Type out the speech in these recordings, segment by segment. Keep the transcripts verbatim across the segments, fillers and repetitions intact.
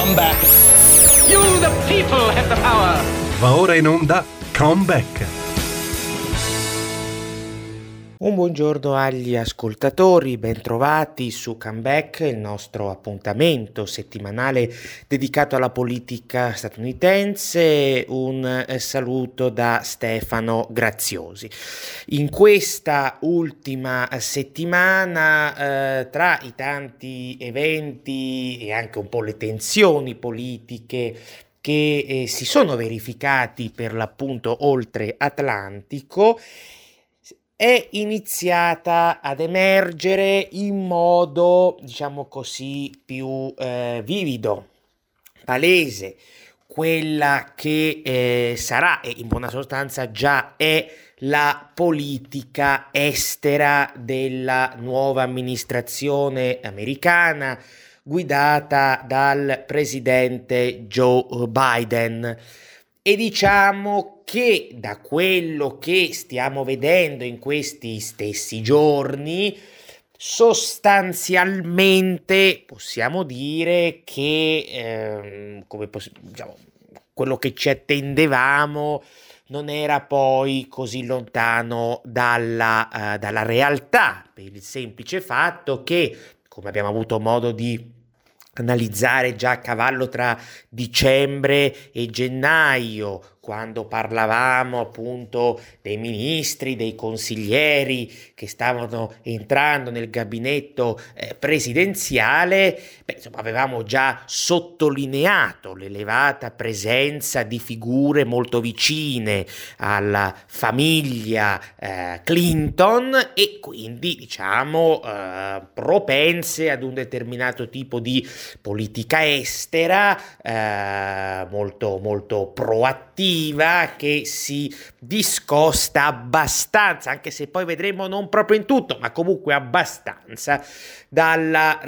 Comeback. You the people have the power. Va ora in onda Comeback. Un buongiorno agli ascoltatori, bentrovati su Comeback, il nostro appuntamento settimanale dedicato alla politica statunitense. Un eh, saluto da Stefano Graziosi. In questa ultima settimana, eh, tra i tanti eventi e anche un po' le tensioni politiche che eh, si sono verificati per l'appunto oltre Atlantico, è iniziata ad emergere in modo, diciamo così, più eh, vivido, palese, quella che eh, sarà, e in buona sostanza già è, la politica estera della nuova amministrazione americana guidata dal presidente Joe Biden. E diciamo che da quello che stiamo vedendo in questi stessi giorni, sostanzialmente possiamo dire che eh, come poss- diciamo, quello che ci attendevamo non era poi così lontano dalla, uh, dalla realtà, per il semplice fatto che, come abbiamo avuto modo di analizzare già a cavallo tra dicembre e gennaio, quando parlavamo appunto dei ministri, dei consiglieri che stavano entrando nel gabinetto eh, presidenziale, beh, insomma, avevamo già sottolineato l'elevata presenza di figure molto vicine alla famiglia eh, Clinton e quindi, diciamo, eh, propense ad un determinato tipo di politica estera eh, molto, molto proattiva, che si discosta abbastanza, anche se poi vedremo non proprio in tutto, ma comunque abbastanza, dalla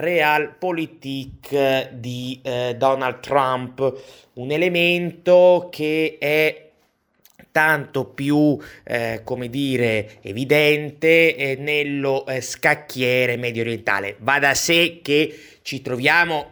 realpolitik di eh, Donald Trump, un elemento che è tanto più, eh, come dire, evidente eh, nello eh, scacchiere medio orientale. Va da sé che ci troviamo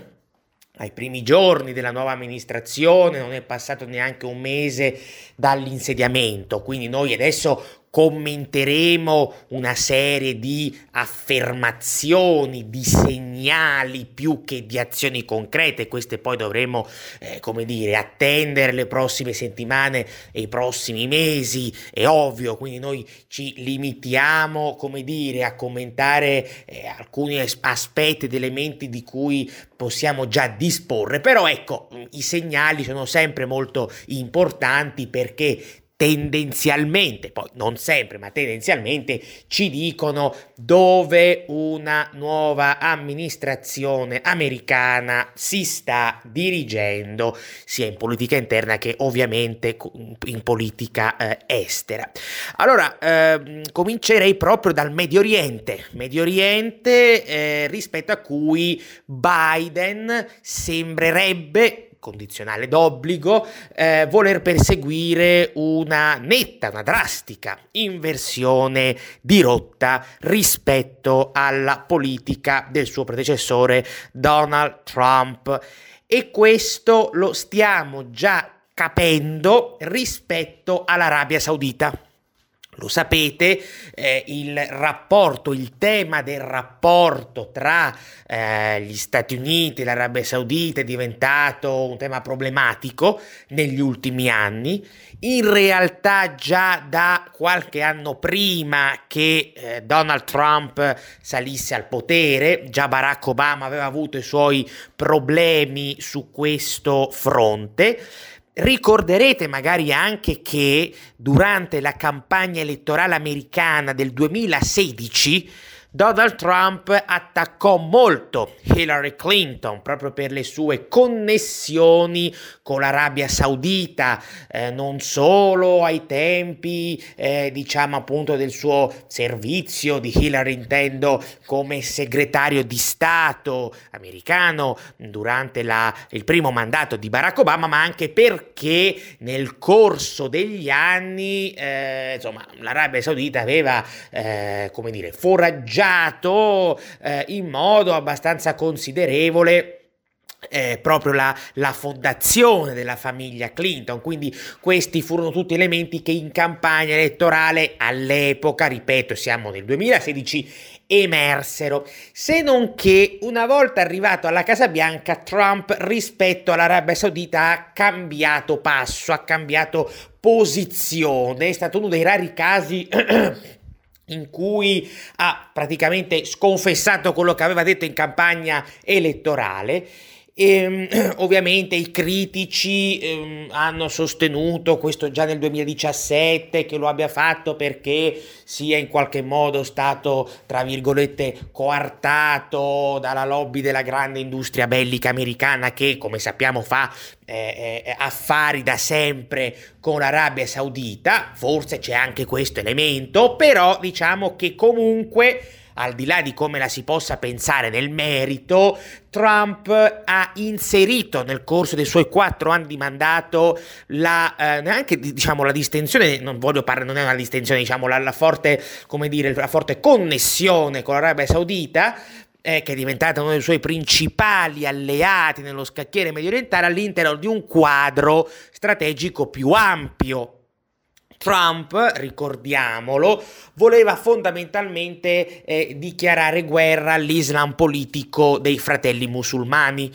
ai primi giorni della nuova amministrazione, non è passato neanche un mese dall'insediamento, quindi noi adesso commenteremo una serie di affermazioni, di segnali più che di azioni concrete. Queste poi dovremo, eh, come dire, attendere le prossime settimane e i prossimi mesi, è ovvio, quindi noi ci limitiamo, come dire, a commentare eh, alcuni es- aspetti ed elementi di cui possiamo già disporre, però ecco, i segnali sono sempre molto importanti perché tendenzialmente, poi non sempre, ma tendenzialmente ci dicono dove una nuova amministrazione americana si sta dirigendo, sia in politica interna che ovviamente in politica eh, estera. Allora, eh, comincerei proprio dal Medio Oriente, Medio Oriente eh, rispetto a cui Biden sembrerebbe, condizionale d'obbligo, eh, voler perseguire una netta, una drastica inversione di rotta rispetto alla politica del suo predecessore Donald Trump, e questo lo stiamo già capendo rispetto all'Arabia Saudita. Lo sapete, eh, il rapporto, il tema del rapporto tra eh, gli Stati Uniti e l'Arabia Saudita è diventato un tema problematico negli ultimi anni. In realtà già da qualche anno prima che eh, Donald Trump salisse al potere, già Barack Obama aveva avuto i suoi problemi su questo fronte. Ricorderete magari anche che durante la campagna elettorale americana del duemilasedici Donald Trump attaccò molto Hillary Clinton proprio per le sue connessioni con l'Arabia Saudita, eh, non solo ai tempi, eh, diciamo appunto del suo servizio di Hillary, intendo come segretario di Stato americano durante la, il primo mandato di Barack Obama, ma anche perché nel corso degli anni, eh, insomma, l'Arabia Saudita aveva, eh, come dire, foraggiato eh, in modo abbastanza considerevole Eh, proprio la, la fondazione della famiglia Clinton. Quindi questi furono tutti elementi che in campagna elettorale all'epoca, ripeto, siamo nel duemilasedici, emersero. Se non che una volta arrivato alla Casa Bianca, Trump rispetto all'Arabia Saudita ha cambiato passo, ha cambiato posizione. È stato uno dei rari casi in cui ha praticamente sconfessato quello che aveva detto in campagna elettorale. E, ovviamente i critici eh, hanno sostenuto questo già nel duemiladiciassette, che lo abbia fatto perché sia in qualche modo stato, tra virgolette, coartato dalla lobby della grande industria bellica americana, che come sappiamo fa eh, eh, affari da sempre con l'Arabia Saudita. Forse c'è anche questo elemento, però diciamo che comunque, al di là di come la si possa pensare nel merito, Trump ha inserito nel corso dei suoi quattro anni di mandato la eh, neanche diciamo la distensione, non voglio parlare, non è una distensione, diciamo la, la forte, come dire, la forte connessione con l'Arabia Saudita, eh, che è diventata uno dei suoi principali alleati nello scacchiere mediorientale, all'interno di un quadro strategico più ampio. Trump, ricordiamolo, voleva fondamentalmente eh, dichiarare guerra all'Islam politico dei fratelli musulmani.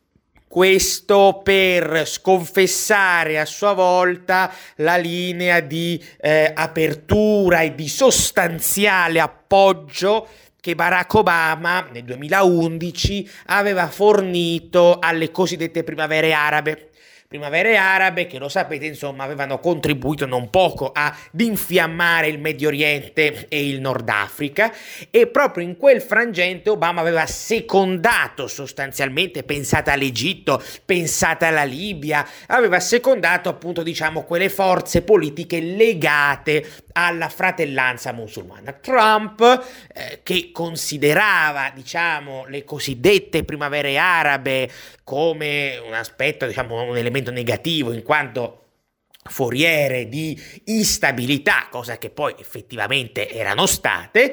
Questo per sconfessare a sua volta la linea di eh, apertura e di sostanziale appoggio che Barack Obama nel duemilaundici aveva fornito alle cosiddette primavere arabe. Primavere arabe che, lo sapete, insomma, avevano contribuito non poco ad infiammare il Medio Oriente e il Nord Africa, e proprio in quel frangente Obama aveva secondato sostanzialmente, pensate all'Egitto, pensate alla Libia, aveva secondato appunto, diciamo, quelle forze politiche legate alla fratellanza musulmana. Trump, eh, che considerava, diciamo, le cosiddette primavere arabe come un aspetto, diciamo, un elemento negativo, in quanto foriere di instabilità, cosa che poi effettivamente erano state,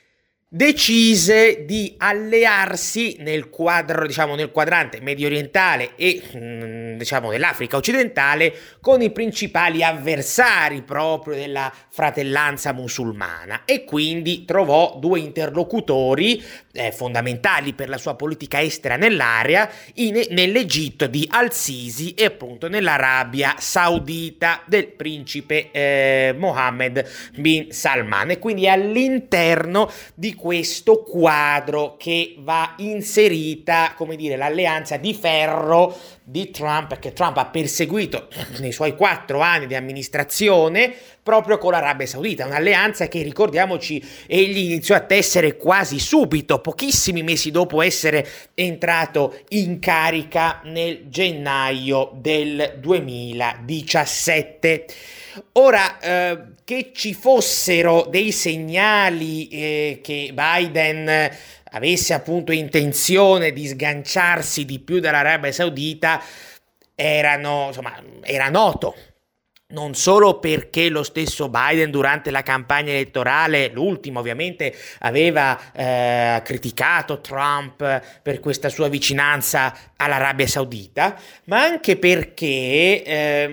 decise di allearsi nel quadro, diciamo, nel quadrante medio orientale e mh, diciamo dell'Africa occidentale con i principali avversari proprio della fratellanza musulmana, e quindi trovò due interlocutori eh, fondamentali per la sua politica estera nell'area, in, nell'Egitto di Al-Sisi e appunto nell'Arabia Saudita del principe eh, Mohammed bin Salman. E quindi all'interno di questo quadro che va inserita, come dire, l'alleanza di ferro di Trump, che Trump ha perseguito nei suoi quattro anni di amministrazione proprio con l'Arabia Saudita, un'alleanza che, ricordiamoci, egli iniziò a tessere quasi subito, pochissimi mesi dopo essere entrato in carica nel gennaio del duemiladiciassette. Ora, eh, che ci fossero dei segnali eh, che Biden avesse appunto intenzione di sganciarsi di più dall'Arabia Saudita erano, insomma, era noto. Non solo perché lo stesso Biden durante la campagna elettorale, l'ultima ovviamente, aveva eh, criticato Trump per questa sua vicinanza all'Arabia Saudita, ma anche perché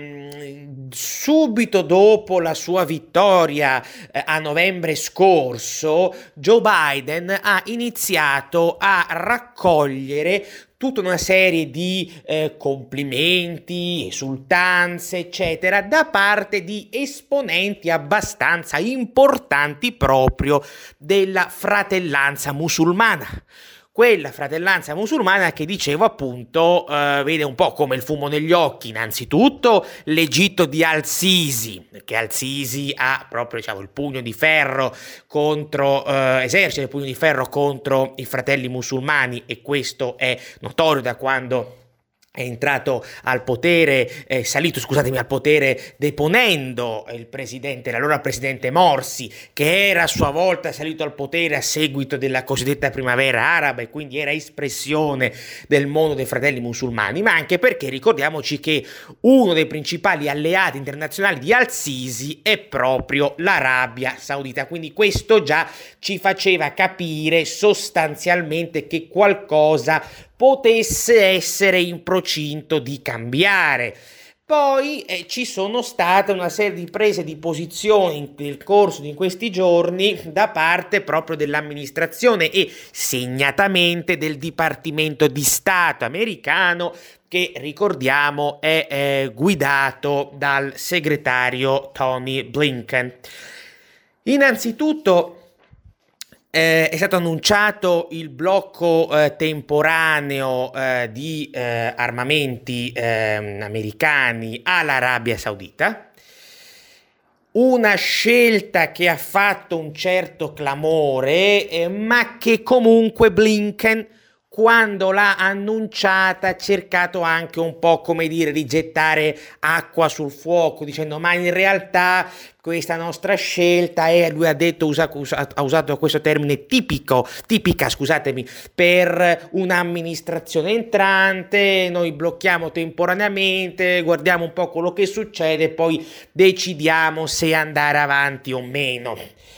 ehm, subito dopo la sua vittoria eh, a novembre scorso, Joe Biden ha iniziato a raccogliere tutta una serie di eh, complimenti, esultanze, eccetera, da parte di esponenti abbastanza importanti proprio della fratellanza musulmana. Quella fratellanza musulmana che, dicevo appunto, eh, vede un po' come il fumo negli occhi, innanzitutto l'Egitto di Al-Sisi, perché Al-Sisi ha proprio, diciamo, il pugno di ferro contro, eh, esercita il pugno di ferro contro i fratelli musulmani, e questo è notorio da quando è entrato al potere, è salito, scusatemi, al potere deponendo il presidente, l'allora presidente Morsi, che era a sua volta salito al potere a seguito della cosiddetta primavera araba e quindi era espressione del mondo dei fratelli musulmani, ma anche perché ricordiamoci che uno dei principali alleati internazionali di al-Sisi è proprio l'Arabia Saudita, quindi questo già ci faceva capire sostanzialmente che qualcosa potesse essere in procinto di cambiare. Poi eh, ci sono state una serie di prese di posizione nel corso di questi giorni da parte proprio dell'amministrazione e segnatamente del Dipartimento di Stato americano, che ricordiamo è eh, guidato dal segretario Tony Blinken. Innanzitutto Eh, è stato annunciato il blocco eh, temporaneo eh, di eh, armamenti eh, americani all'Arabia Saudita, una scelta che ha fatto un certo clamore, eh, ma che comunque Blinken, quando l'ha annunciata, ha cercato anche un po', come dire, di gettare acqua sul fuoco, dicendo ma in realtà questa nostra scelta è, lui ha detto, usa, usa, ha usato questo termine tipico, tipica, scusatemi, per un'amministrazione entrante, noi blocchiamo temporaneamente, guardiamo un po' quello che succede, poi decidiamo se andare avanti o meno.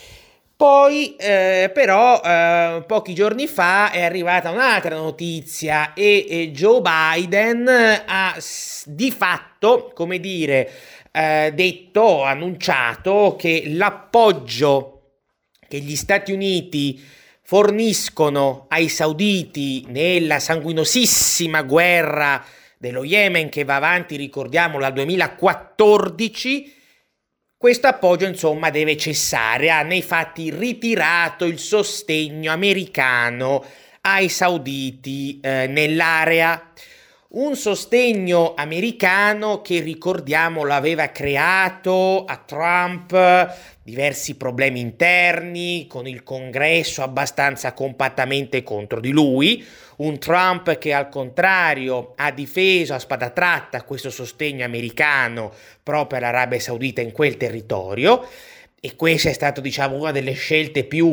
Poi eh, però eh, pochi giorni fa è arrivata un'altra notizia e, e Joe Biden ha di fatto, come dire, eh, detto, annunciato che l'appoggio che gli Stati Uniti forniscono ai sauditi nella sanguinosissima guerra dello Yemen che va avanti, ricordiamolo, dal duemilaquattordici, questo appoggio insomma deve cessare. Ha nei fatti ritirato il sostegno americano ai sauditi eh, nell'area. Un sostegno americano che, ricordiamolo, aveva creato a Trump diversi problemi interni, con il Congresso abbastanza compattamente contro di lui. Un Trump che al contrario ha difeso a spada tratta questo sostegno americano proprio all'Arabia Saudita in quel territorio. E questa è stata, diciamo, una delle scelte più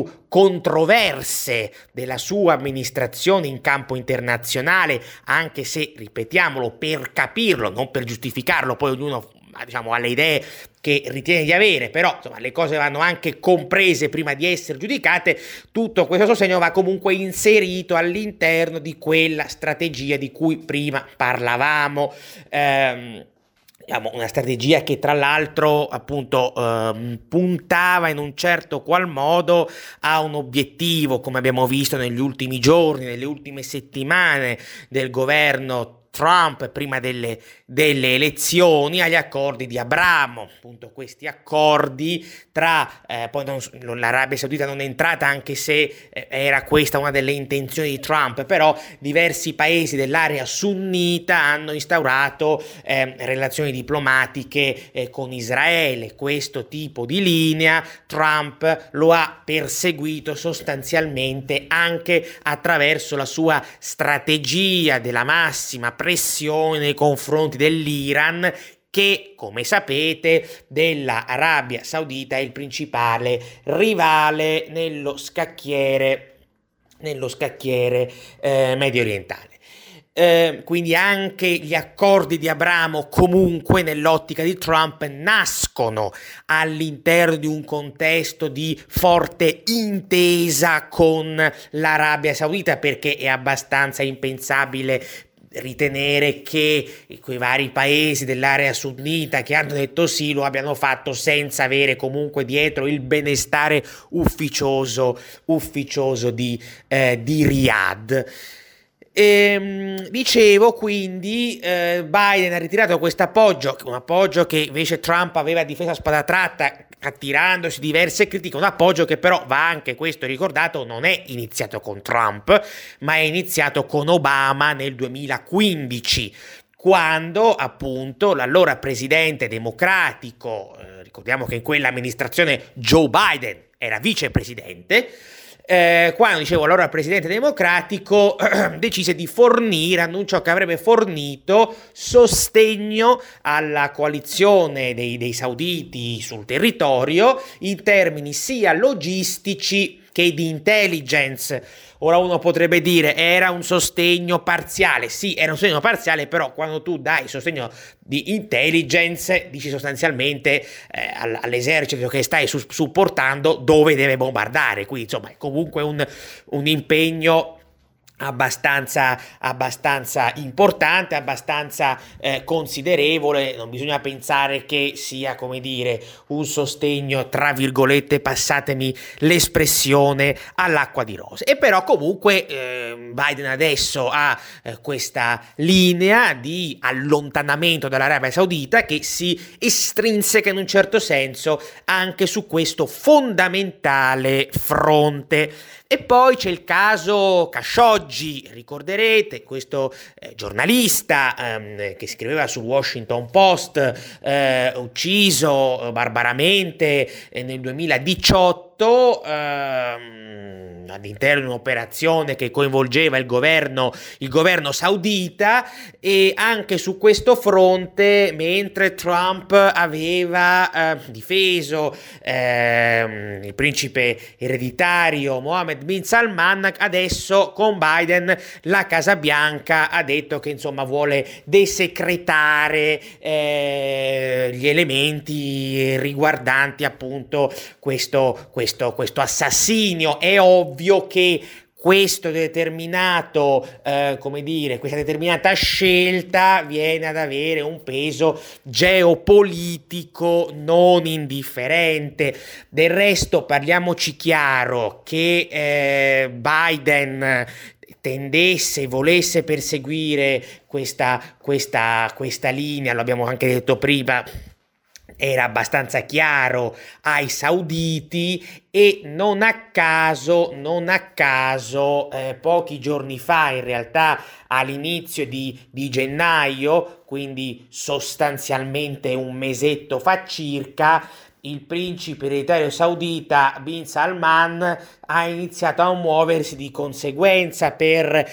controverse della sua amministrazione in campo internazionale, anche se, ripetiamolo, per capirlo, non per giustificarlo, poi ognuno, diciamo, ha le idee che ritiene di avere, però insomma le cose vanno anche comprese prima di essere giudicate. Tutto questo sostegno va comunque inserito all'interno di quella strategia di cui prima parlavamo, ehm, una strategia che tra l'altro appunto eh, puntava in un certo qual modo a un obiettivo, come abbiamo visto negli ultimi giorni, nelle ultime settimane del governo Trump prima delle, delle elezioni, agli accordi di Abramo. Appunto questi accordi tra eh, poi non, l'Arabia Saudita non è entrata, anche se eh, era questa una delle intenzioni di Trump, però diversi paesi dell'area sunnita hanno instaurato eh, relazioni diplomatiche eh, con Israele. Questo tipo di linea Trump lo ha perseguito sostanzialmente anche attraverso la sua strategia della massima pressione nei confronti dell'Iran, che, come sapete, della Arabia Saudita è il principale rivale nello scacchiere, nello scacchiere eh, medio orientale. Eh, quindi anche gli accordi di Abramo, comunque nell'ottica di Trump, nascono all'interno di un contesto di forte intesa con l'Arabia Saudita, perché è abbastanza impensabile ritenere che quei vari paesi dell'area sunnita che hanno detto sì lo abbiano fatto senza avere comunque dietro il benestare ufficioso, ufficioso di, eh, di Riyadh. Ehm, dicevo quindi eh, Biden ha ritirato questo appoggio, un appoggio che invece Trump aveva difeso a spada tratta, attirandosi diverse critiche, un appoggio che però, va anche questo ricordato, non è iniziato con Trump, ma è iniziato con Obama nel duemilaquindici, quando appunto l'allora presidente democratico, eh, ricordiamo che in quell'amministrazione Joe Biden era vicepresidente, eh, quando, dicevo, allora il presidente democratico decise di fornire, annunciò che avrebbe fornito sostegno alla coalizione dei, dei sauditi sul territorio in termini sia logistici che di intelligence. Ora uno potrebbe dire era un sostegno parziale. Sì, era un sostegno parziale, però quando tu dai sostegno di intelligence dici sostanzialmente eh, all'esercito che stai su- supportando dove deve bombardare. Quindi insomma è comunque un, un impegno abbastanza abbastanza importante, abbastanza eh, considerevole. Non bisogna pensare che sia, come dire, un sostegno tra virgolette, passatemi l'espressione, all'acqua di rose. E però comunque eh, Biden adesso ha eh, questa linea di allontanamento dall'Arabia Saudita che si estrinseca in un certo senso anche su questo fondamentale fronte. E poi c'è il caso Khashoggi, ricorderete, questo eh, giornalista ehm, che scriveva sul Washington Post, eh, ucciso barbaramente eh, nel duemiladiciotto ehm, all'interno di un'operazione che coinvolgeva il governo, il governo saudita. E anche su questo fronte, mentre Trump aveva eh, difeso eh, il principe ereditario Mohammed bin Salman, adesso con Biden la Casa Bianca ha detto che insomma vuole desecretare eh, gli elementi riguardanti appunto questo, questo, questo assassinio. È ovvio che questo determinato, eh, come dire, questa determinata scelta viene ad avere un peso geopolitico non indifferente. Del resto, parliamoci chiaro, che eh, Biden tendesse, volesse perseguire questa, questa, questa linea, lo abbiamo anche detto prima, era abbastanza chiaro ai sauditi. E non a caso, non a caso, eh, pochi giorni fa, in realtà all'inizio di, di gennaio, quindi sostanzialmente un mesetto fa circa, il principe ereditario saudita bin Salman ha iniziato a muoversi di conseguenza per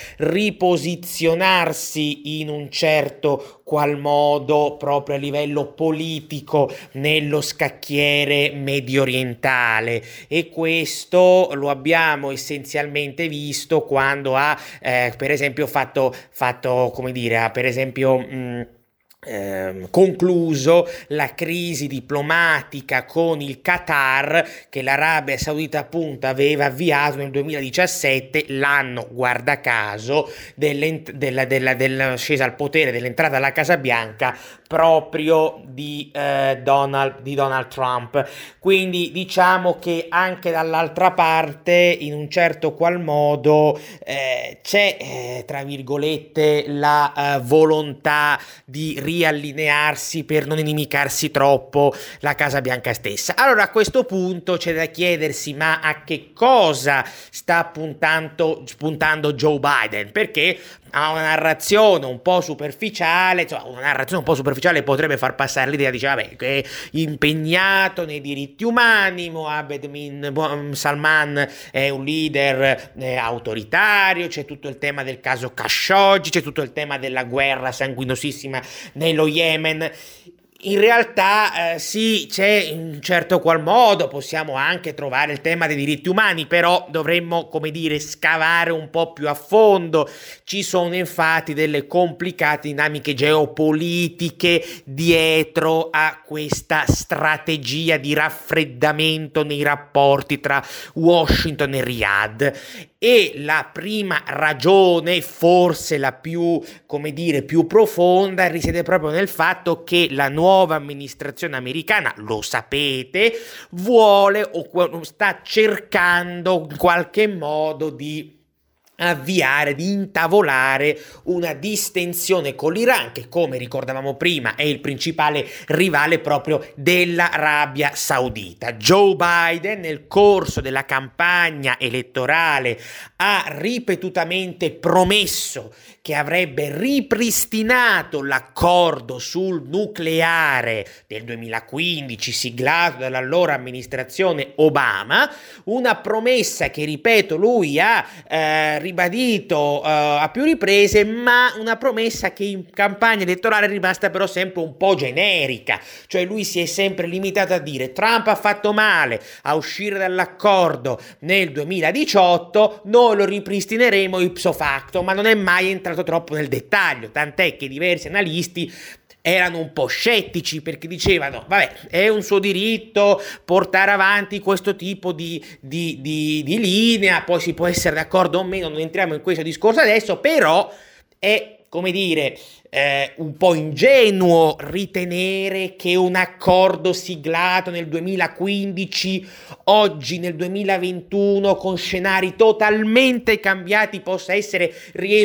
riposizionarsi in un certo qual modo proprio a livello politico nello scacchiere medio orientale. E questo lo abbiamo essenzialmente visto quando ha eh, per esempio fatto, fatto come dire, ha per esempio mh, Eh, concluso la crisi diplomatica con il Qatar, che l'Arabia Saudita appunto aveva avviato nel duemiladiciassette, l'anno, guarda caso, della, della, della scesa al potere, dell'entrata alla Casa Bianca proprio di, eh, Donald, di Donald Trump. Quindi diciamo che anche dall'altra parte, in un certo qual modo, eh, c'è eh, tra virgolette la eh, volontà di riallinearsi per non inimicarsi troppo la Casa Bianca stessa. Allora a questo punto c'è da chiedersi: ma a che cosa sta puntando, puntando Joe Biden? Perché ha una narrazione un po' superficiale, insomma una narrazione un po' superficiale potrebbe far passare l'idea, dice vabbè, che è impegnato nei diritti umani, Mohammed bin Salman è un leader eh, autoritario, c'è tutto il tema del caso Khashoggi, c'è tutto il tema della guerra sanguinosissima nello Yemen. In realtà eh, sì, c'è in un certo qual modo, possiamo anche trovare il tema dei diritti umani, però dovremmo, come dire, scavare un po' più a fondo. Ci sono infatti delle complicate dinamiche geopolitiche dietro a questa strategia di raffreddamento nei rapporti tra Washington e Riyadh. E la prima ragione, forse la più, come dire, più profonda, risiede proprio nel fatto che la nuova amministrazione americana, lo sapete, vuole o sta cercando in qualche modo di avviare, di intavolare una distensione con l'Iran, che come ricordavamo prima è il principale rivale proprio dell'Arabia Saudita. Joe Biden nel corso della campagna elettorale ha ripetutamente promesso che avrebbe ripristinato l'accordo sul nucleare del duemilaquindici siglato dall'allora amministrazione Obama, una promessa che, ripeto, lui ha eh, ribadito uh, a più riprese, ma una promessa che in campagna elettorale è rimasta però sempre un po' generica, cioè lui si è sempre limitato a dire: Trump ha fatto male a uscire dall'accordo nel duemiladiciotto, noi lo ripristineremo ipso facto, ma non è mai entrato troppo nel dettaglio, tant'è che diversi analisti erano un po' scettici perché dicevano: vabbè, è un suo diritto portare avanti questo tipo di, di, di, di linea, poi si può essere d'accordo o meno, non entriamo in questo discorso adesso, però è, come dire, eh, un po' ingenuo ritenere che un accordo siglato nel duemilaquindici, oggi nel duemilaventuno, con scenari totalmente cambiati, possa essere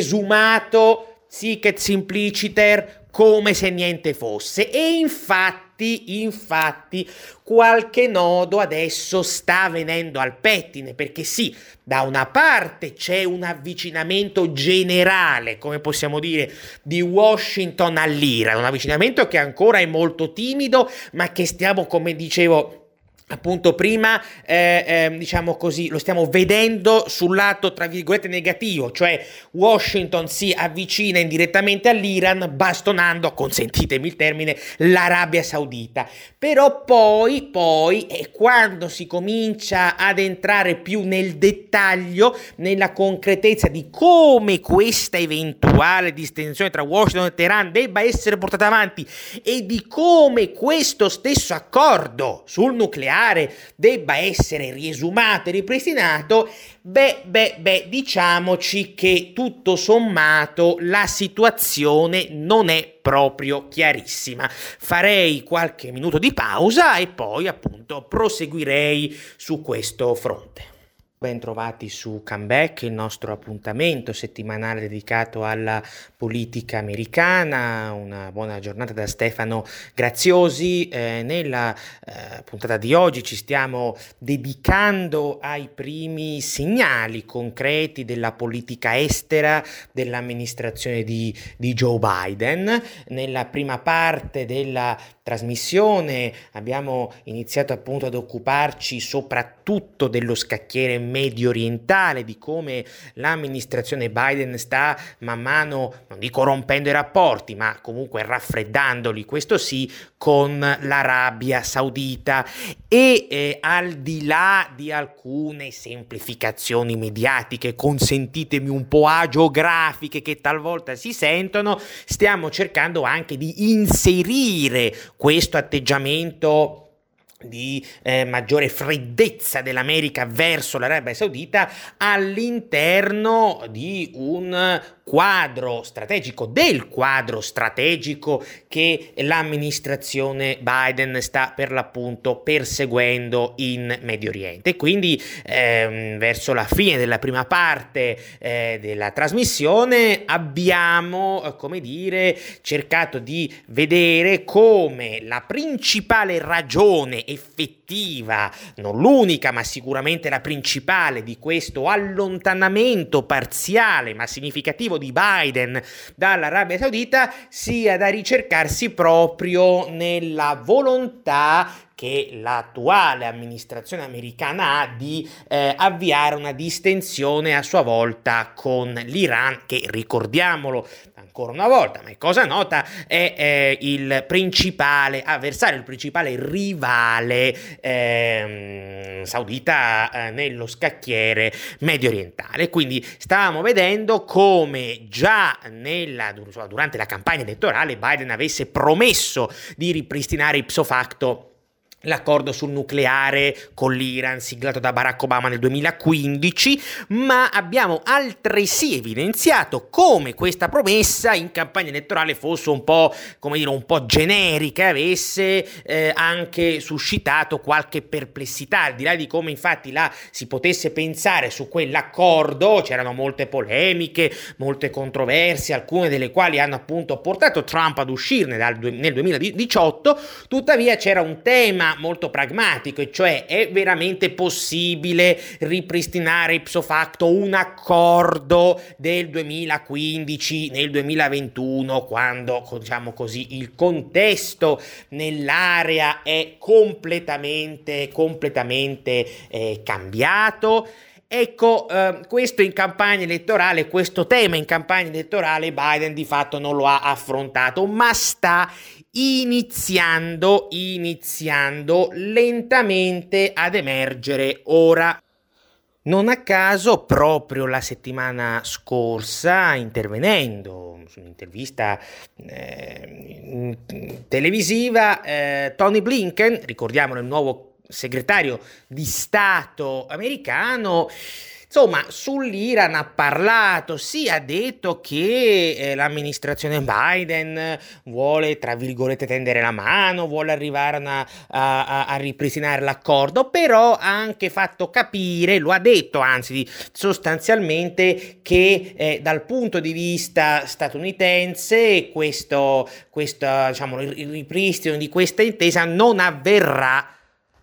riesumato sic et simpliciter, come se niente fosse. E infatti, infatti, qualche nodo adesso sta venendo al pettine, perché sì, da una parte c'è un avvicinamento generale, come possiamo dire, di Washington all'Iran, un avvicinamento che ancora è molto timido, ma che stiamo, come dicevo appunto prima, eh, eh, diciamo così, lo stiamo vedendo sul lato tra virgolette negativo, cioè Washington si avvicina indirettamente all'Iran bastonando, consentitemi il termine, l'Arabia Saudita. Però poi, poi, e quando si comincia ad entrare più nel dettaglio, nella concretezza di come questa eventuale distensione tra Washington e Teheran debba essere portata avanti e di come questo stesso accordo sul nucleare debba essere riesumato e ripristinato, beh, beh, beh, diciamoci che tutto sommato la situazione non è proprio chiarissima. Farei qualche minuto di pausa e poi appunto proseguirei su questo fronte. Ben trovati su Comeback, il nostro appuntamento settimanale dedicato alla politica americana. Una buona giornata da Stefano Graziosi. Eh, nella eh, puntata di oggi ci stiamo dedicando ai primi segnali concreti della politica estera dell'amministrazione di, di Joe Biden. Nella prima parte della trasmissione abbiamo iniziato appunto ad occuparci soprattutto dello scacchiere medio orientale, di come l'amministrazione Biden sta man mano, non dico rompendo i rapporti, ma comunque raffreddandoli, questo sì, con l'Arabia Saudita. E eh, al di là di alcune semplificazioni mediatiche, consentitemi un po' agiografiche, che talvolta si sentono, stiamo cercando anche di inserire questo atteggiamento di eh, maggiore freddezza dell'America verso l'Arabia Saudita all'interno di un quadro strategico, del quadro strategico che l'amministrazione Biden sta per l'appunto perseguendo in Medio Oriente. Quindi ehm, verso la fine della prima parte eh, della trasmissione abbiamo, eh, come dire, cercato di vedere come la principale ragione effettiva, non l'unica ma sicuramente la principale, di questo allontanamento parziale ma significativo di Biden dall'Arabia Saudita sia da ricercarsi proprio nella volontà che l'attuale amministrazione americana ha di eh, avviare una distensione a sua volta con l'Iran, che, ricordiamolo ancora una volta, ma è cosa nota, è eh, il principale avversario, il principale rivale eh, saudita eh, nello scacchiere medio orientale. Quindi stavamo vedendo come già nella, durante la campagna elettorale Biden avesse promesso di ripristinare ipso facto l'accordo sul nucleare con l'Iran siglato da Barack Obama nel duemilaquindici, ma abbiamo altresì evidenziato come questa promessa in campagna elettorale fosse un po', come dire, un po' generica, avesse eh, anche suscitato qualche perplessità, al di là di come infatti la si potesse pensare su quell'accordo. C'erano molte polemiche, molte controversie, alcune delle quali hanno appunto portato Trump ad uscirne dal, nel duemiladiciotto. Tuttavia c'era un tema molto pragmatico, e cioè: è veramente possibile ripristinare ipso facto un accordo del duemilaquindici nel duemilaventuno, quando, diciamo così, il contesto nell'area è completamente completamente eh, cambiato? Ecco, eh, questo in campagna elettorale, questo tema in campagna elettorale Biden di fatto non lo ha affrontato, ma sta iniziando, iniziando lentamente ad emergere ora. Non a caso, proprio la settimana scorsa, intervenendo su un'intervista eh, televisiva, eh, Tony Blinken, ricordiamolo, il nuovo segretario di Stato americano, insomma, sull'Iran ha parlato. Sì, ha detto che eh, l'amministrazione Biden vuole, tra virgolette, tendere la mano, vuole arrivare a, a, a ripristinare l'accordo, però ha anche fatto capire, lo ha detto anzi sostanzialmente, che eh, dal punto di vista statunitense questo, questo diciamo, il ripristino di questa intesa non avverrà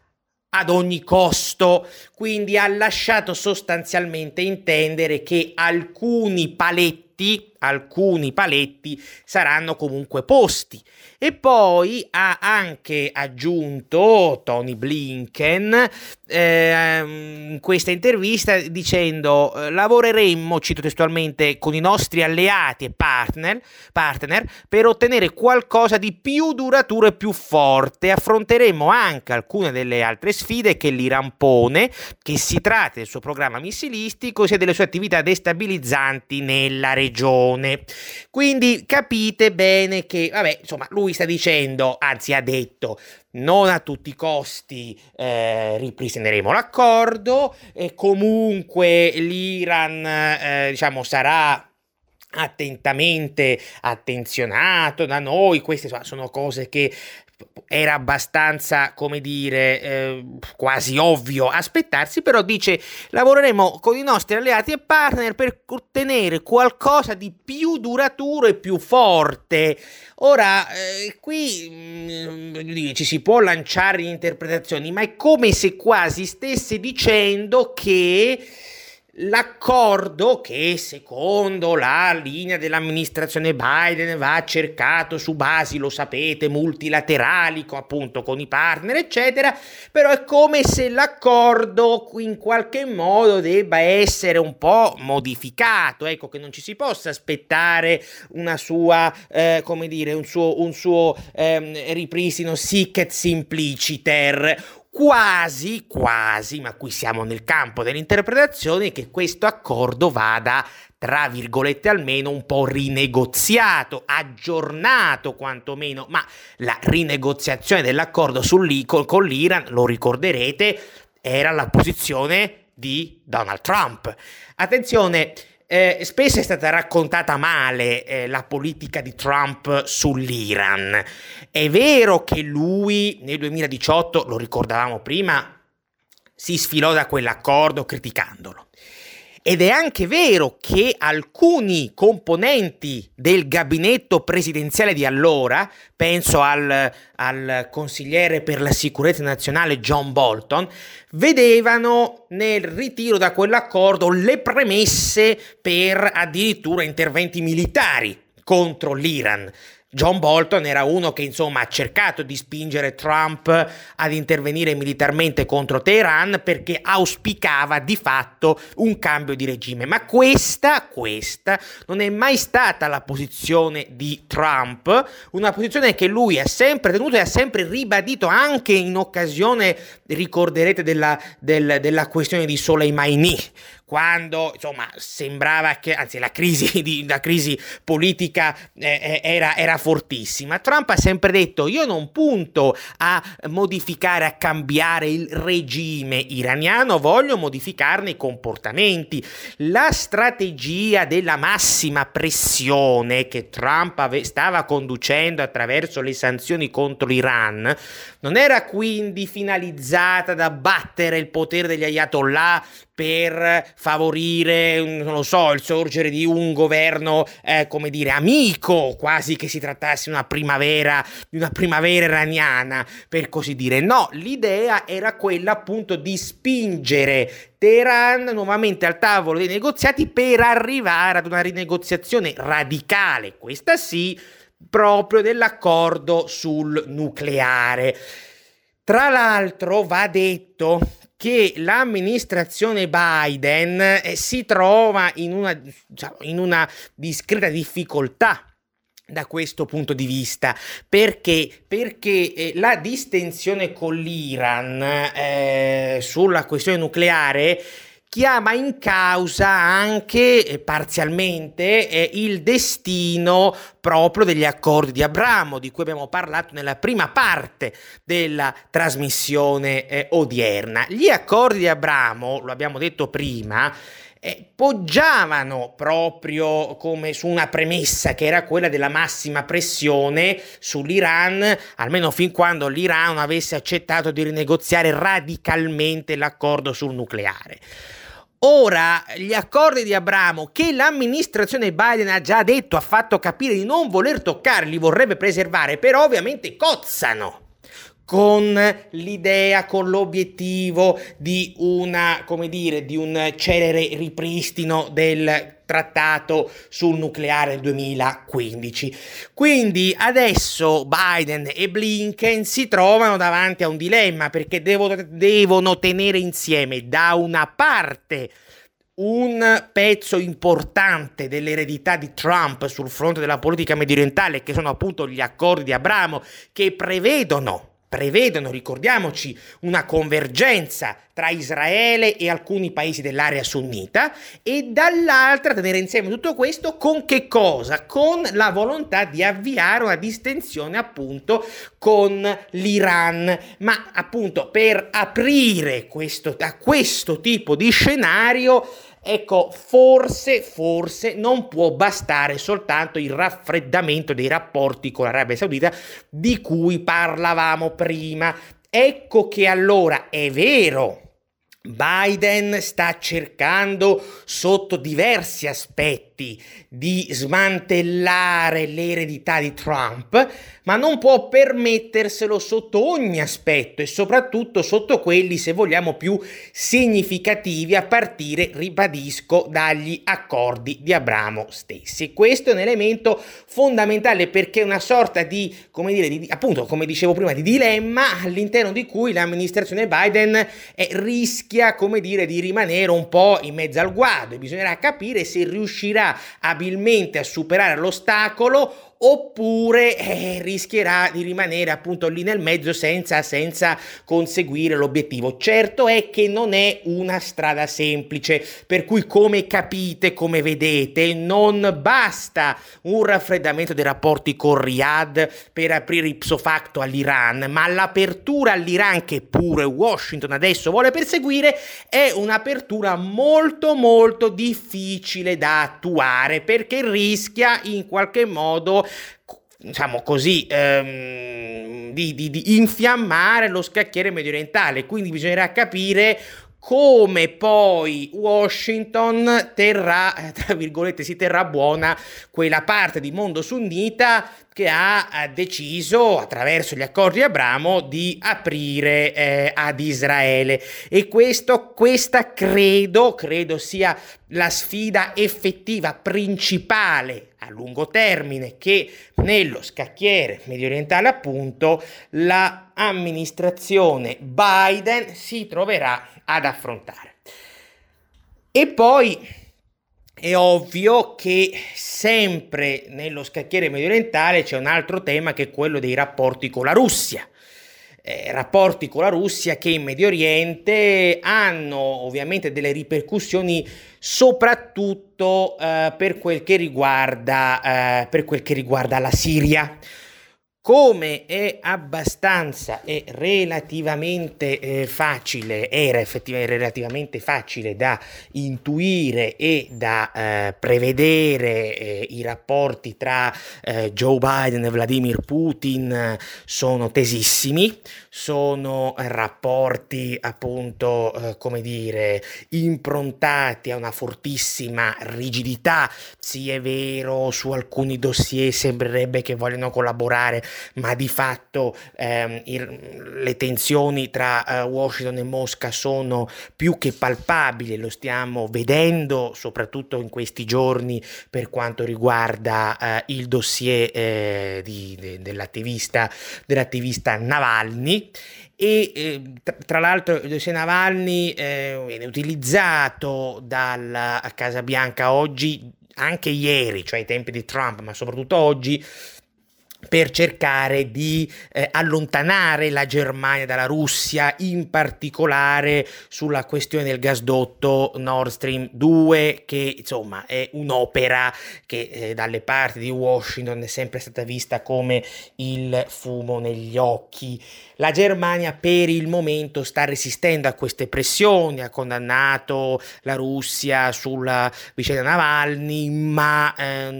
ad ogni costo. Quindi ha lasciato sostanzialmente intendere che alcuni paletti, alcuni paletti saranno comunque posti. E poi ha anche aggiunto Tony Blinken eh, in questa intervista dicendo: lavoreremmo, cito testualmente, con i nostri alleati e partner, partner per ottenere qualcosa di più duraturo e più forte. Affronteremo anche alcune delle altre sfide che l'Iran pone, che si tratti del suo programma missilistico sia delle sue attività destabilizzanti nella regione. Quindi capite bene che, vabbè, insomma, lui sta dicendo, anzi ha detto: non a tutti i costi eh, ripristineremo l'accordo, e comunque l'Iran eh, diciamo sarà attentamente attenzionato da noi. Queste sono cose che era abbastanza, come dire, eh, quasi ovvio aspettarsi, però dice: lavoreremo con i nostri alleati e partner per ottenere qualcosa di più duraturo e più forte. Ora, eh, qui mh, ci si può lanciare in interpretazioni, ma è come se quasi stesse dicendo che l'accordo, che secondo la linea dell'amministrazione Biden va cercato su basi, lo sapete, multilaterali, appunto con i partner eccetera, però è come se l'accordo in qualche modo debba essere un po' modificato, ecco, che non ci si possa aspettare una sua, eh, come dire, un suo, un suo eh, ripristino sic et simpliciter. Quasi, quasi, ma qui siamo nel campo dell'interpretazione, che questo accordo vada, tra virgolette, almeno un po' rinegoziato, aggiornato quantomeno, ma la rinegoziazione dell'accordo sull'i- con, con l'Iran, lo ricorderete, era la posizione di Donald Trump. Attenzione, Eh, spesso è stata raccontata male eh, la politica di Trump sull'Iran. È vero che lui nel duemiladiciotto, lo ricordavamo prima, si sfilò da quell'accordo criticandolo. Ed è anche vero che alcuni componenti del gabinetto presidenziale di allora, penso al, al consigliere per la sicurezza nazionale John Bolton, vedevano nel ritiro da quell'accordo le premesse per addirittura interventi militari contro l'Iran. John Bolton era uno che, insomma, ha cercato di spingere Trump ad intervenire militarmente contro Teheran perché auspicava di fatto un cambio di regime. Ma questa, questa non è mai stata la posizione di Trump, una posizione che lui ha sempre tenuto e ha sempre ribadito anche in occasione, ricorderete, della, del, della questione di Soleimani, quando, insomma, sembrava che, anzi, la crisi, di, la crisi politica eh, era, era era fortissima. Trump ha sempre detto: io non punto a modificare, a cambiare il regime iraniano, voglio modificarne i comportamenti. La strategia della massima pressione che Trump ave- stava conducendo attraverso le sanzioni contro l'Iran non era quindi finalizzata ad abbattere il potere degli ayatollah per favorire, non lo so, il sorgere di un governo, eh, come dire, amico, quasi che si trattasse di una primavera, di una primavera iraniana, per così dire. No, l'idea era quella appunto di spingere Teheran nuovamente al tavolo dei negoziati per arrivare ad una rinegoziazione radicale, questa sì, proprio dell'accordo sul nucleare. Tra l'altro va detto che l'amministrazione Biden eh, si trova in una, diciamo, in una discreta difficoltà da questo punto di vista. Perché? Perché eh, la distensione con l'Iran eh, sulla questione nucleare chiama in causa anche eh, parzialmente eh, il destino proprio degli accordi di Abramo, di cui abbiamo parlato nella prima parte della trasmissione eh, odierna. Gli accordi di Abramo, lo abbiamo detto prima, eh, poggiavano proprio come su una premessa che era quella della massima pressione sull'Iran, almeno fin quando l'Iran non avesse accettato di rinegoziare radicalmente l'accordo sul nucleare. Ora, gli accordi di Abramo, che l'amministrazione Biden ha già detto, ha fatto capire di non voler toccare, li vorrebbe preservare, però ovviamente cozzano con l'idea, con l'obiettivo di una, come dire, di un celere ripristino del trattato sul nucleare del duemilaquindici. Quindi adesso Biden e Blinken si trovano davanti a un dilemma, perché devono, devono tenere insieme da una parte un pezzo importante dell'eredità di Trump sul fronte della politica mediorientale, che sono appunto gli accordi di Abramo, che prevedono prevedono, ricordiamoci, una convergenza tra Israele e alcuni paesi dell'area sunnita, e dall'altra tenere insieme tutto questo con che cosa? Con la volontà di avviare una distensione appunto con l'Iran, ma appunto per aprire questo, a questo tipo di scenario. Ecco, forse, forse non può bastare soltanto il raffreddamento dei rapporti con l'Arabia Saudita di cui parlavamo prima. Ecco che allora è vero, Biden sta cercando sotto diversi aspetti di smantellare l'eredità di Trump, ma non può permetterselo sotto ogni aspetto, e soprattutto sotto quelli, se vogliamo, più significativi, a partire, ribadisco, dagli accordi di Abramo stessi. Questo è un elemento fondamentale, perché è una sorta di, come dire, di, appunto, come dicevo prima, di dilemma all'interno di cui l'amministrazione Biden eh, rischia, come dire, di rimanere un po' in mezzo al guado, e bisognerà capire se riuscirà abilmente a superare l'ostacolo oppure eh, rischierà di rimanere appunto lì nel mezzo senza, senza conseguire l'obiettivo. Certo è che non è una strada semplice, per cui, come capite, come vedete, non basta un raffreddamento dei rapporti con Riyadh per aprire ipso facto all'Iran, ma l'apertura all'Iran, che pure Washington adesso vuole perseguire, è un'apertura molto molto difficile da attuare, perché rischia in qualche modo, diciamo così, ehm, di, di, di infiammare lo scacchiere mediorientale. Quindi bisognerà capire come poi Washington terrà, tra virgolette, si terrà buona quella parte di mondo sunnita che ha deciso, attraverso gli accordi di Abramo, di aprire eh, ad Israele. E questo, questa credo, credo sia la sfida effettiva principale a lungo termine che nello scacchiere mediorientale, appunto, la amministrazione Biden si troverà ad affrontare. E poi è ovvio che sempre nello scacchiere mediorientale c'è un altro tema, che è quello dei rapporti con la Russia. eh, rapporti con la Russia che in Medio Oriente hanno ovviamente delle ripercussioni soprattutto eh, per quel che riguarda eh, per quel che riguarda la Siria. Come è abbastanza e relativamente eh, facile, era effettivamente relativamente facile da intuire e da eh, prevedere, eh, i rapporti tra eh, Joe Biden e Vladimir Putin eh, sono tesissimi, sono rapporti appunto, eh, come dire, improntati a una fortissima rigidità. Sì, è vero, su alcuni dossier sembrerebbe che vogliano collaborare, ma di fatto ehm, il, le tensioni tra eh, Washington e Mosca sono più che palpabili, lo stiamo vedendo soprattutto in questi giorni per quanto riguarda eh, il dossier eh, di, de, dell'attivista, dell'attivista Navalny. E eh, tra, tra l'altro il dossier Navalny eh, viene utilizzato dalla Casa Bianca oggi, anche ieri, cioè ai tempi di Trump, ma soprattutto oggi, per cercare di eh, allontanare la Germania dalla Russia, in particolare sulla questione del gasdotto Nord Stream due, che insomma è un'opera che eh, dalle parti di Washington è sempre stata vista come il fumo negli occhi. La Germania per il momento sta resistendo a queste pressioni, ha condannato la Russia sulla vicenda Navalny, ma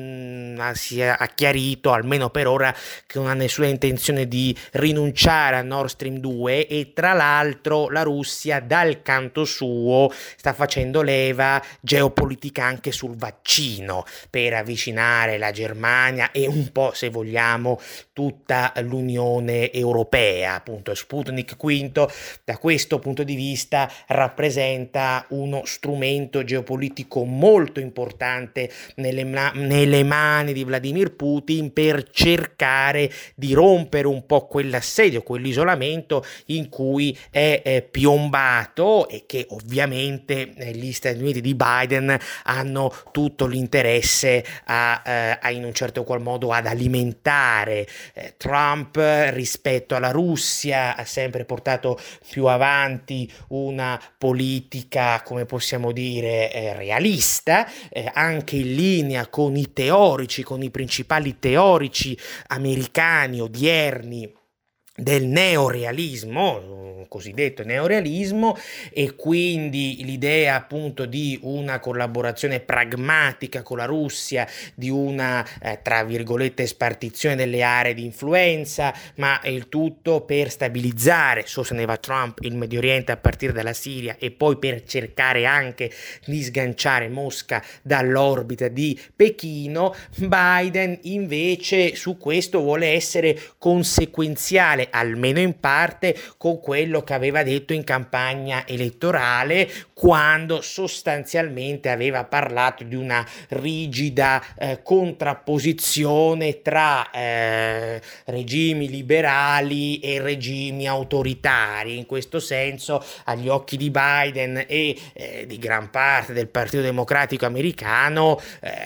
ehm, si è chiarito, almeno per ora, che non ha nessuna intenzione di rinunciare a Nord Stream due, e tra l'altro la Russia dal canto suo sta facendo leva geopolitica anche sul vaccino per avvicinare la Germania e un po', se vogliamo, tutta l'Unione Europea. Appunto Sputnik V da questo punto di vista rappresenta uno strumento geopolitico molto importante nelle, nelle mani di Vladimir Putin per cercare di rompere un po' quell'assedio, quell'isolamento in cui è eh, piombato, e che ovviamente eh, gli Stati Uniti di Biden hanno tutto l'interesse a, eh, a in un certo qual modo ad alimentare. eh, Trump rispetto alla Russia ha sempre portato più avanti una politica, come possiamo dire, eh, realista, eh, anche in linea con i teorici, con i principali teorici americani odierni del neorealismo, cosiddetto neorealismo, e quindi l'idea appunto di una collaborazione pragmatica con la Russia, di una eh, tra virgolette spartizione delle aree di influenza, ma il tutto per stabilizzare, sosteneva Trump, il Medio Oriente a partire dalla Siria, e poi per cercare anche di sganciare Mosca dall'orbita di Pechino. Biden invece su questo vuole essere conseguenziale, almeno in parte, con quello che aveva detto in campagna elettorale, quando sostanzialmente aveva parlato di una rigida eh, contrapposizione tra eh, regimi liberali e regimi autoritari. In questo senso, agli occhi di Biden e eh, di gran parte del Partito Democratico americano,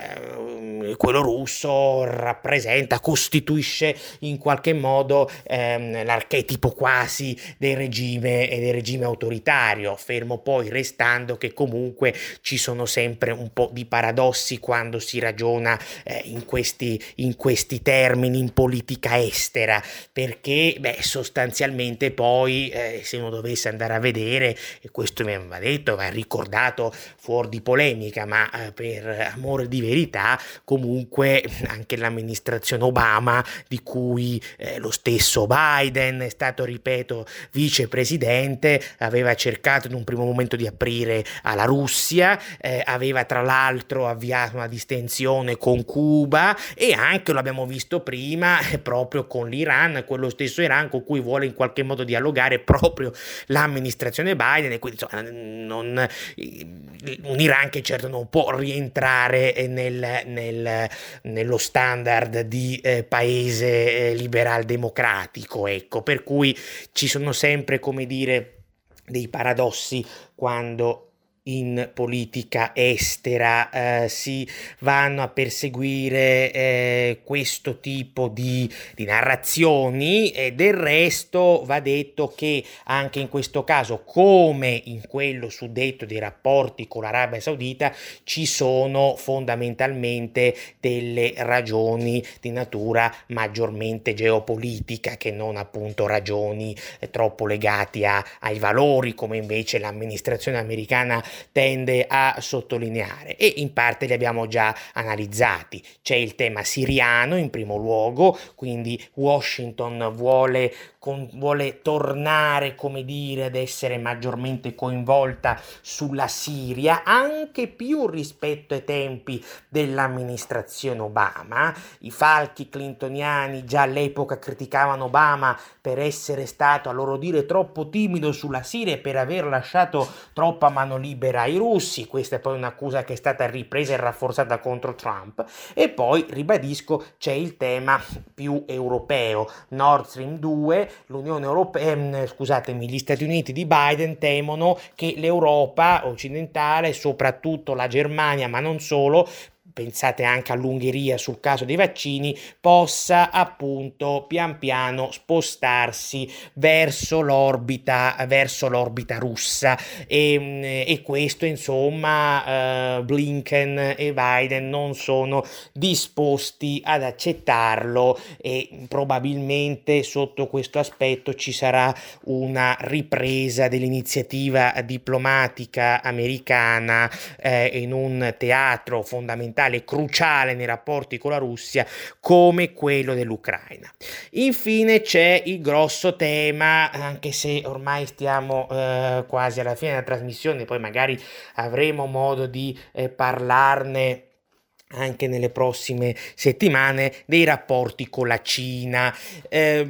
eh, quello russo rappresenta, costituisce in qualche modo ehm, l'archetipo quasi del regime e del regime autoritario, fermo poi restando che comunque ci sono sempre un po' di paradossi quando si ragiona eh, in questi in questi termini in politica estera, perché beh sostanzialmente poi eh, se uno dovesse andare a vedere, e questo mi aveva detto, va ricordato fuori di polemica, ma eh, per amore di verità, comunque anche l'amministrazione Obama, di cui eh, lo stesso Biden è stato, ripeto, vicepresidente, aveva cercato in un primo momento di aprire alla Russia, eh, aveva tra l'altro avviato una distensione con Cuba, e anche, lo abbiamo visto prima, proprio con l'Iran, quello stesso Iran con cui vuole in qualche modo dialogare proprio l'amministrazione Biden, e quindi insomma, non, un Iran che certo non può rientrare nel, nel, nello standard di eh, paese eh, liberal democratico, ecco, per cui ci sono sempre, come dire, dei paradossi quando in politica estera, eh, si vanno a perseguire eh, questo tipo di, di narrazioni, e del resto va detto che anche in questo caso, come in quello suddetto dei rapporti con l'Arabia Saudita, ci sono fondamentalmente delle ragioni di natura maggiormente geopolitica che non appunto ragioni eh, troppo legate a, ai valori, come invece l'amministrazione americana tende a sottolineare, e in parte li abbiamo già analizzati. C'è il tema siriano in primo luogo, quindi Washington vuole, con, vuole tornare, come dire, ad essere maggiormente coinvolta sulla Siria, anche più rispetto ai tempi dell'amministrazione Obama. I falchi clintoniani già all'epoca criticavano Obama per essere stato, a loro dire, troppo timido sulla Siria e per aver lasciato troppa mano libera ai russi. Questa è poi un'accusa che è stata ripresa e rafforzata contro Trump. E poi, ribadisco, c'è il tema più europeo. Nord Stream due, l'Unione Europea, ehm, scusatemi, gli Stati Uniti di Biden temono che l'Europa occidentale, soprattutto la Germania, ma non solo, pensate anche all'Ungheria sul caso dei vaccini, possa appunto pian piano spostarsi verso l'orbita verso l'orbita russa, e, e questo insomma eh, Blinken e Biden non sono disposti ad accettarlo, e probabilmente sotto questo aspetto ci sarà una ripresa dell'iniziativa diplomatica americana eh, in un teatro fondamentale, cruciale nei rapporti con la Russia, come quello dell'Ucraina. Infine c'è il grosso tema, anche se ormai stiamo eh, quasi alla fine della trasmissione, poi magari avremo modo di eh, parlarne anche nelle prossime settimane, dei rapporti con la Cina. Eh,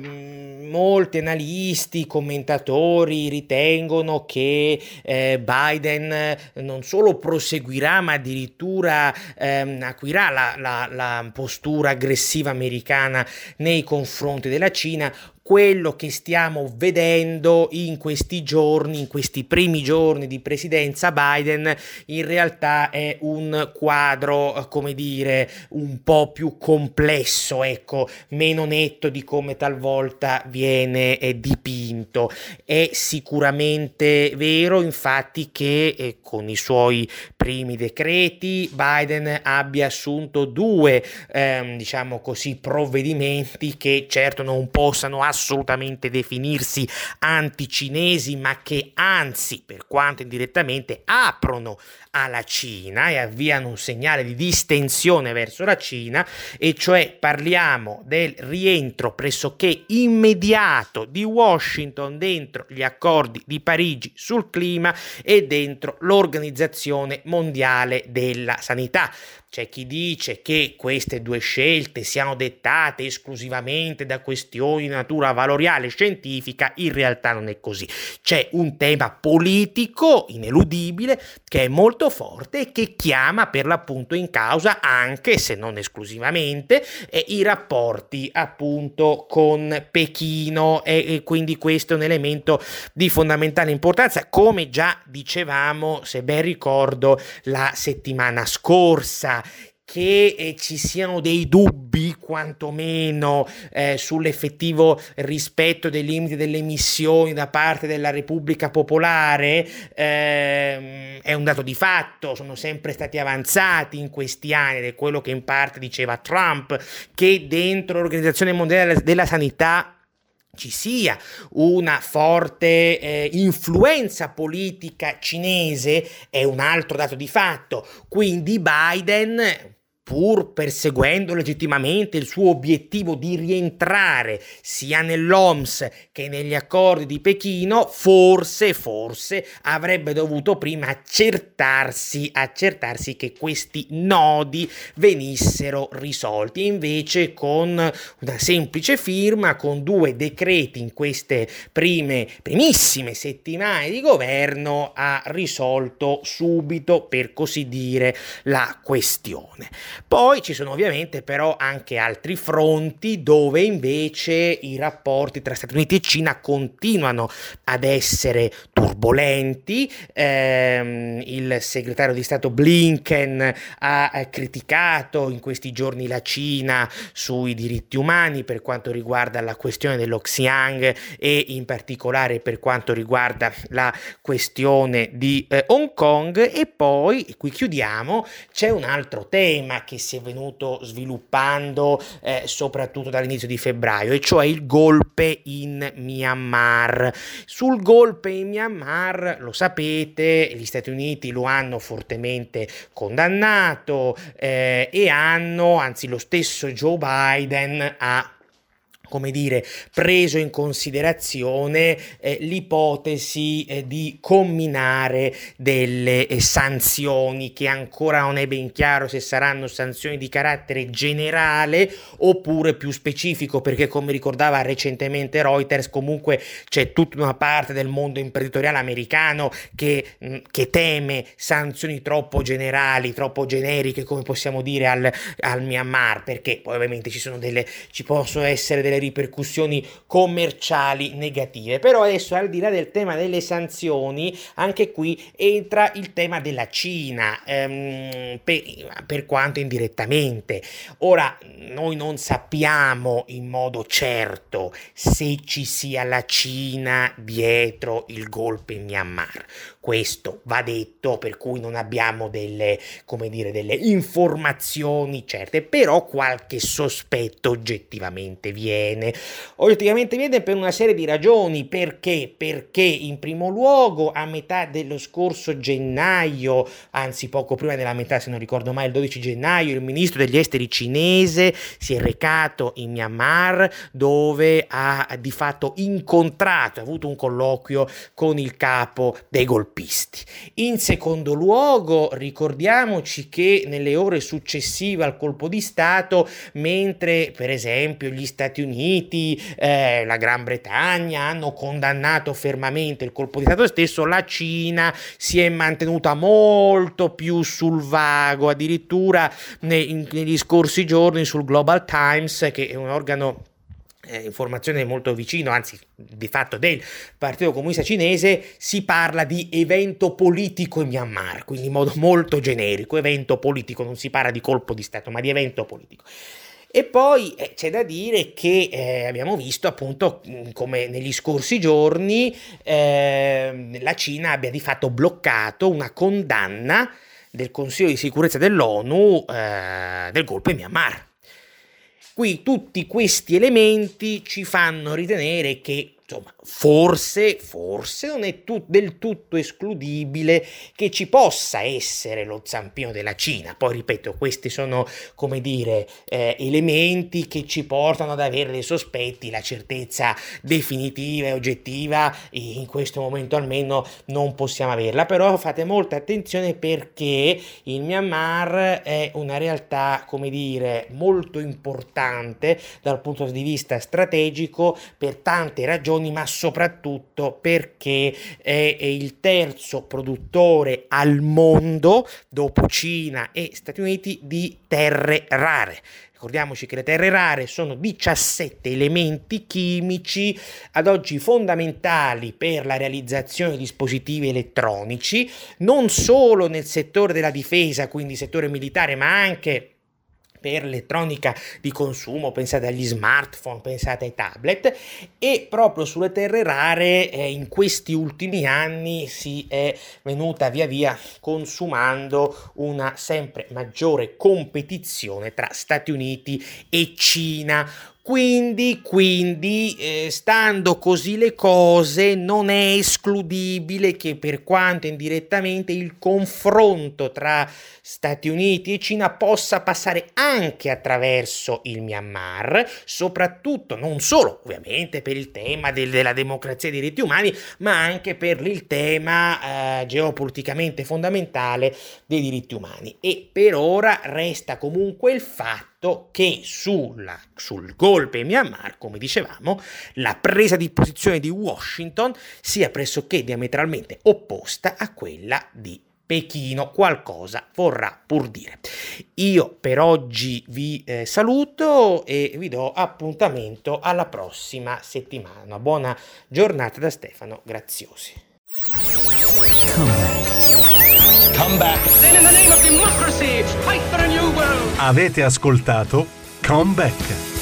molti analisti, commentatori ritengono che eh, Biden non solo proseguirà, ma addirittura ehm, acquirà la, la, la postura aggressiva americana nei confronti della Cina. Quello che stiamo vedendo in questi giorni, in questi primi giorni di presidenza Biden, in realtà è un quadro, come dire, un po' più complesso, ecco, meno netto di come talvolta viene eh, dipinto. È sicuramente vero, infatti, che eh, con i suoi primi decreti Biden abbia assunto due, ehm, diciamo così, provvedimenti che certo non possano assolutamente definirsi anticinesi, ma che anzi, per quanto indirettamente, aprono alla Cina e avviano un segnale di distensione verso la Cina, e cioè parliamo del rientro pressoché immediato di Washington dentro gli accordi di Parigi sul clima e dentro l'Organizzazione Mondiale della Sanità. C'è chi dice che queste due scelte siano dettate esclusivamente da questioni di natura valoriale e scientifica. In realtà non è così. C'è un tema politico ineludibile che è molto forte e che chiama per l'appunto in causa, anche se non esclusivamente, eh, i rapporti appunto con Pechino, e, e quindi questo è un elemento di fondamentale importanza, come già dicevamo, se ben ricordo, la settimana scorsa. Che eh, ci siano dei dubbi quantomeno eh, sull'effettivo rispetto dei limiti delle emissioni da parte della Repubblica Popolare eh, è un dato di fatto. Sono sempre stati avanzati in questi anni, ed è quello che in parte diceva Trump, che dentro l'Organizzazione Mondiale della Sanità ci sia una forte eh, influenza politica cinese, è un altro dato di fatto. Quindi Biden, pur perseguendo legittimamente il suo obiettivo di rientrare sia nell'O M S che negli accordi di Pechino, forse, forse avrebbe dovuto prima accertarsi, accertarsi che questi nodi venissero risolti. Invece, con una semplice firma, con due decreti in queste prime, primissime settimane di governo, ha risolto subito, per così dire, la questione. Poi ci sono ovviamente però anche altri fronti dove invece i rapporti tra Stati Uniti e Cina continuano ad essere turbolenti. Ehm, il segretario di Stato Blinken ha criticato in questi giorni la Cina sui diritti umani per quanto riguarda la questione dello Xinjiang e in particolare per quanto riguarda la questione di eh, Hong Kong. E poi, e qui chiudiamo, c'è un altro tema che si è venuto sviluppando eh, soprattutto dall'inizio di febbraio, e cioè il golpe in Myanmar. Sul golpe in Myanmar, lo sapete, gli Stati Uniti lo hanno fortemente condannato eh, e hanno, anzi lo stesso Joe Biden ha, come dire, preso in considerazione eh, l'ipotesi eh, di comminare delle eh, sanzioni, che ancora non è ben chiaro se saranno sanzioni di carattere generale oppure più specifico, perché come ricordava recentemente Reuters, comunque c'è tutta una parte del mondo imprenditoriale americano che, mh, che teme sanzioni troppo generali, troppo generiche, come possiamo dire al, al Myanmar, perché poi ovviamente ci sono delle, ci possono essere delle ripercussioni commerciali negative. Però adesso, al di là del tema delle sanzioni, anche qui entra il tema della Cina, ehm, per, per quanto indirettamente. Ora, noi non sappiamo in modo certo se ci sia la Cina dietro il golpe in Myanmar. Questo va detto, per cui non abbiamo delle, come dire, delle informazioni certe, però qualche sospetto oggettivamente viene. Oggettivamente viene per una serie di ragioni. Perché? Perché in primo luogo a metà dello scorso gennaio, anzi poco prima della metà, se non ricordo mai, il dodici gennaio, il ministro degli esteri cinese si è recato in Myanmar, dove ha di fatto incontrato, ha avuto un colloquio con il capo dei golpisti. In secondo luogo, ricordiamoci che nelle ore successive al colpo di Stato, mentre per esempio gli Stati Uniti, eh, la Gran Bretagna hanno condannato fermamente il colpo di Stato stesso, la Cina si è mantenuta molto più sul vago. Addirittura nei, negli scorsi giorni sul Global Times, che è un organo Eh, informazione molto vicino, anzi di fatto del Partito Comunista Cinese, si parla di evento politico in Myanmar, quindi in modo molto generico, evento politico, non si parla di colpo di Stato ma di evento politico. E poi eh, c'è da dire che eh, abbiamo visto appunto come negli scorsi giorni eh, la Cina abbia di fatto bloccato una condanna del Consiglio di sicurezza dell'ONU eh, del golpe in Myanmar. Qui tutti questi elementi ci fanno ritenere che, insomma, forse, forse non è tu, del tutto escludibile che ci possa essere lo zampino della Cina. Poi, ripeto, questi sono, come dire, eh, elementi che ci portano ad avere dei sospetti. La certezza definitiva e oggettiva in questo momento almeno non possiamo averla. Però fate molta attenzione, perché il Myanmar è una realtà, come dire, molto importante dal punto di vista strategico per tante ragioni, ma soprattutto perché è, è il terzo produttore al mondo, dopo Cina e Stati Uniti, di terre rare. Ricordiamoci che le terre rare sono diciassette elementi chimici ad oggi fondamentali per la realizzazione di dispositivi elettronici, non solo nel settore della difesa, quindi settore militare, ma anche per elettronica di consumo. Pensate agli smartphone, pensate ai tablet. E proprio sulle terre rare eh, in questi ultimi anni si è venuta via via consumando una sempre maggiore competizione tra Stati Uniti e Cina. Quindi, quindi eh, stando così le cose, non è escludibile che, per quanto indirettamente, il confronto tra Stati Uniti e Cina possa passare anche attraverso il Myanmar, soprattutto, non solo ovviamente per il tema del, della democrazia e dei diritti umani, ma anche per il tema eh, geopoliticamente fondamentale dei diritti umani. E per ora resta comunque il fatto che sulla, sul golpe in Myanmar, come dicevamo, la presa di posizione di Washington sia pressoché diametralmente opposta a quella di Pechino qualcosa vorrà pur dire. Io per oggi vi eh, saluto e vi do appuntamento alla prossima settimana. Una buona giornata da Stefano Graziosi. Come back. Come back. Then in the name of democracy, fight for a new world. Avete ascoltato Come Back.